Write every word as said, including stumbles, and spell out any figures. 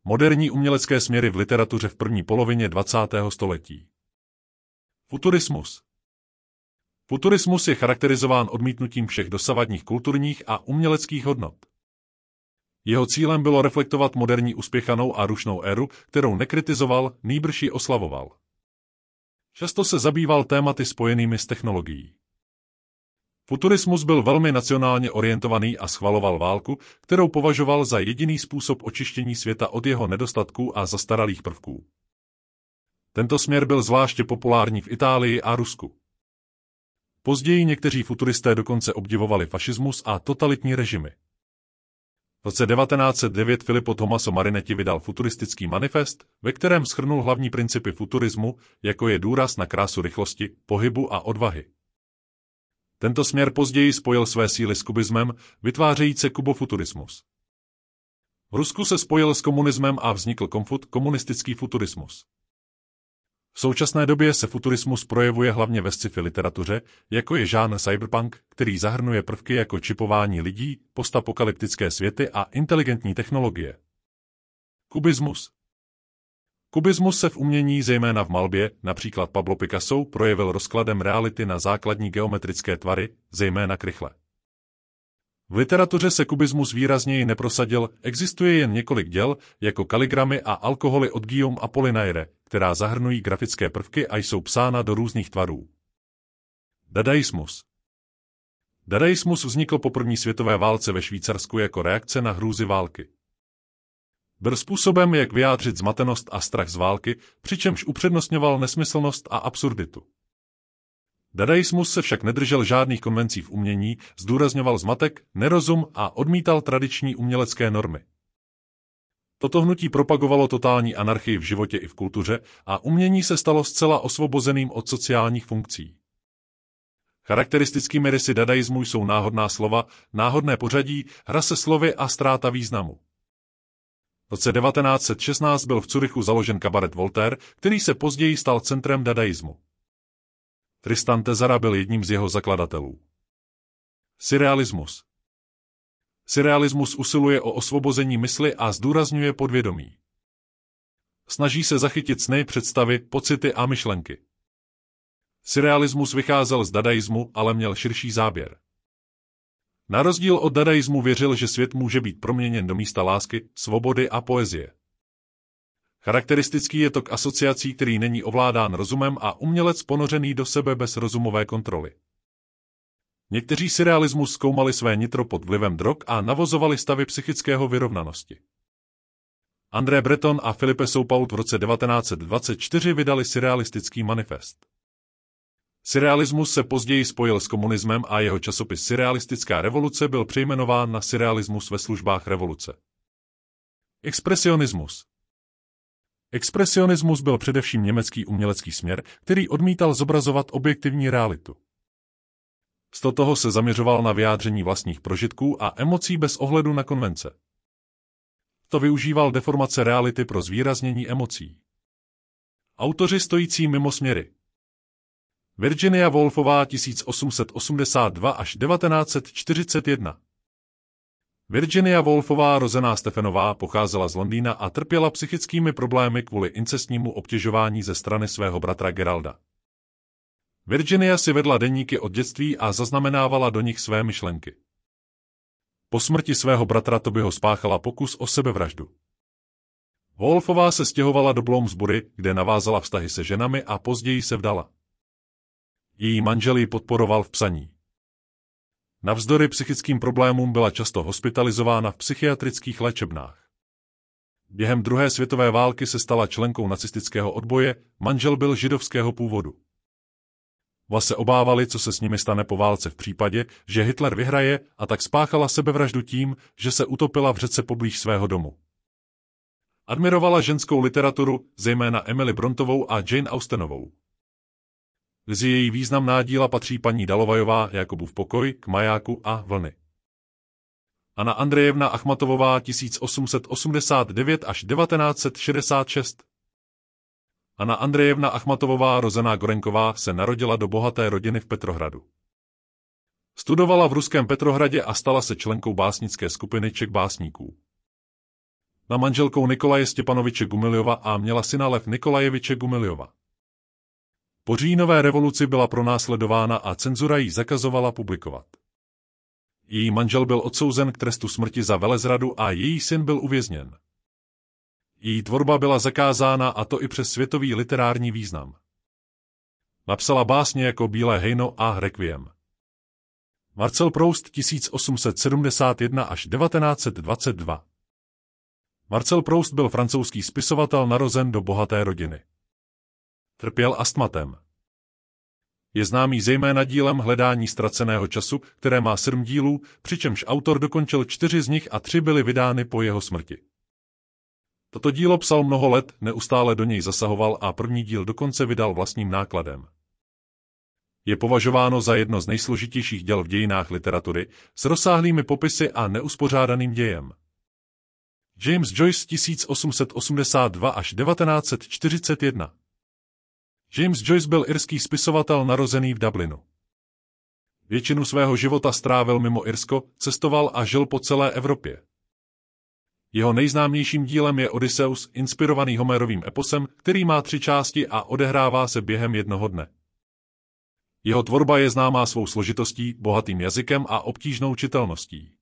Moderní umělecké směry v literatuře v první polovině dvacátého století. Futurismus. Futurismus je charakterizován odmítnutím všech dosavadních kulturních a uměleckých hodnot. Jeho cílem bylo reflektovat moderní uspěchanou a rušnou éru, kterou nekritizoval, nýbrž ji oslavoval. Často se zabýval tématy spojenými s technologií. Futurismus byl velmi nacionálně orientovaný a schvaloval válku, kterou považoval za jediný způsob očištění světa od jeho nedostatků a zastaralých prvků. Tento směr byl zvláště populární v Itálii a Rusku. Později někteří futuristé dokonce obdivovali fašismus a totalitní režimy. V roce devatenáct set devět Filippo Tommaso Marinetti vydal futuristický manifest, ve kterém shrnul hlavní principy futurismu, jako je důraz na krásu rychlosti, pohybu a odvahy. Tento směr později spojil své síly s kubismem, vytvářející kubofuturismus. V Rusku se spojil s komunismem a vznikl Komfut, komunistický futurismus. V současné době se futurismus projevuje hlavně ve sci-fi literatuře, jako je žánr cyberpunk, který zahrnuje prvky jako čipování lidí, postapokalyptické světy a inteligentní technologie. Kubismus. Kubismus se v umění, zejména v malbě, například Pablo Picasso, projevil rozkladem reality na základní geometrické tvary, zejména krychle. V literatuře se kubismus výrazněji neprosadil, existuje jen několik děl, jako Kaligramy a Alkoholy od Guillaume Apollinaire, která zahrnují grafické prvky a jsou psána do různých tvarů. Dadaismus. Dadaismus vznikl po první světové válce ve Švýcarsku jako reakce na hrůzy války. Byl způsobem, jak vyjádřit zmatenost a strach z války, přičemž upřednostňoval nesmyslnost a absurditu. Dadaismus se však nedržel žádných konvencí v umění, zdůrazňoval zmatek, nerozum a odmítal tradiční umělecké normy. Toto hnutí propagovalo totální anarchii v životě i v kultuře a umění se stalo zcela osvobozeným od sociálních funkcí. Charakteristickými rysy dadaismu jsou náhodná slova, náhodné pořadí, hra se slovy a ztráta významu. V roce devatenáct set šestnáct byl v Curychu založen kabaret Voltaire, který se později stal centrem dadaismu. Tristan Tzara byl jedním z jeho zakladatelů. Surrealismus. Surrealismus usiluje o osvobození mysli a zdůrazňuje podvědomí. Snaží se zachytit sny, představy, pocity a myšlenky. Surrealismus vycházel z dadaismu, ale měl širší záběr. Na rozdíl od dadaismu věřil, že svět může být proměněn do místa lásky, svobody a poezie. Charakteristický je tok asociací, který není ovládán rozumem a umělec ponořený do sebe bez rozumové kontroly. Někteří surrealismus zkoumali své nitro pod vlivem drog a navozovali stavy psychického vyrovnanosti. André Breton a Philippe Saupault v roce devatenáct set dvacet čtyři vydali surrealistický manifest. Surrealismus se později spojil s komunismem a jeho časopis Surrealistická revoluce byl přejmenován na surrealismus ve službách revoluce. Expresionismus. Expresionismus byl především německý umělecký směr, který odmítal zobrazovat objektivní realitu. Sto toho se zaměřoval na vyjádření vlastních prožitků a emocí bez ohledu na konvence. To využíval deformace reality pro zvýraznění emocí. Autoři stojící mimo směry. Virginia Woolfová tisíc osm set osmdesát dva až devatenáct set čtyřicet jedna. Virginia Woolfová, rozená Stephenová, pocházela z Londýna a trpěla psychickými problémy kvůli incestnímu obtěžování ze strany svého bratra Geralda. Virginia si vedla deníky od dětství a zaznamenávala do nich své myšlenky. Po smrti svého bratra Tobyho spáchala pokus o sebevraždu. Woolfová se stěhovala do Bloomsbury, kde navázala vztahy se ženami a později se vdala. Její manžel ji podporoval v psaní. Navzdory psychickým problémům byla často hospitalizována v psychiatrických léčebnách. Během druhé světové války se stala členkou nacistického odboje, manžel byl židovského původu. Oba se obávali, co se s nimi stane po válce v případě, že Hitler vyhraje, a tak spáchala sebevraždu tím, že se utopila v řece poblíž svého domu. Admirovala ženskou literaturu, zejména Emily Brontovou a Jane Austenovou. Mezi její významná díla patří Paní Dalovajová, Jakubův pokoj, K majáku a Vlny. Anna Andrejevna Achmatovová tisíc osm set osmdesát devět až devatenáct set šedesát šest. Anna Andrejevna Achmatovová, rozená Gorenková, se narodila do bohaté rodiny v Petrohradu. Studovala v ruském Petrohradě a stala se členkou básnické skupiny Čech básníků. na manželkou Nikolaje Stěpanoviče Gumiljova a měla syna Lev Nikolajeviče Gumiljova. Po říjnové revoluci byla pronásledována a cenzura jí zakazovala publikovat. Její manžel byl odsouzen k trestu smrti za velezradu a její syn byl uvězněn. Její tvorba byla zakázána, a to i přes světový literární význam. Napsala básně jako Bílé hejno a Requiem. Marcel Proust tisíc osm set sedmdesát jedna až devatenáct set dvacet dva. Marcel Proust byl francouzský spisovatel narozen do bohaté rodiny. Trpěl astmatem. Je známý zejména dílem Hledání ztraceného času, které má sedm dílů, přičemž autor dokončil čtyři z nich a tři byly vydány po jeho smrti. Toto dílo psal mnoho let, neustále do něj zasahoval a první díl dokonce vydal vlastním nákladem. Je považováno za jedno z nejsložitějších děl v dějinách literatury, s rozsáhlými popisy a neuspořádaným dějem. James Joyce tisíc osm set osmdesát dva až devatenáct set čtyřicet jedna. James Joyce byl irský spisovatel narozený v Dublinu. Většinu svého života strávil mimo Irsko, cestoval a žil po celé Evropě. Jeho nejznámějším dílem je Odysseus, inspirovaný Homérovým eposem, který má tři části a odehrává se během jednoho dne. Jeho tvorba je známá svou složitostí, bohatým jazykem a obtížnou čitelností.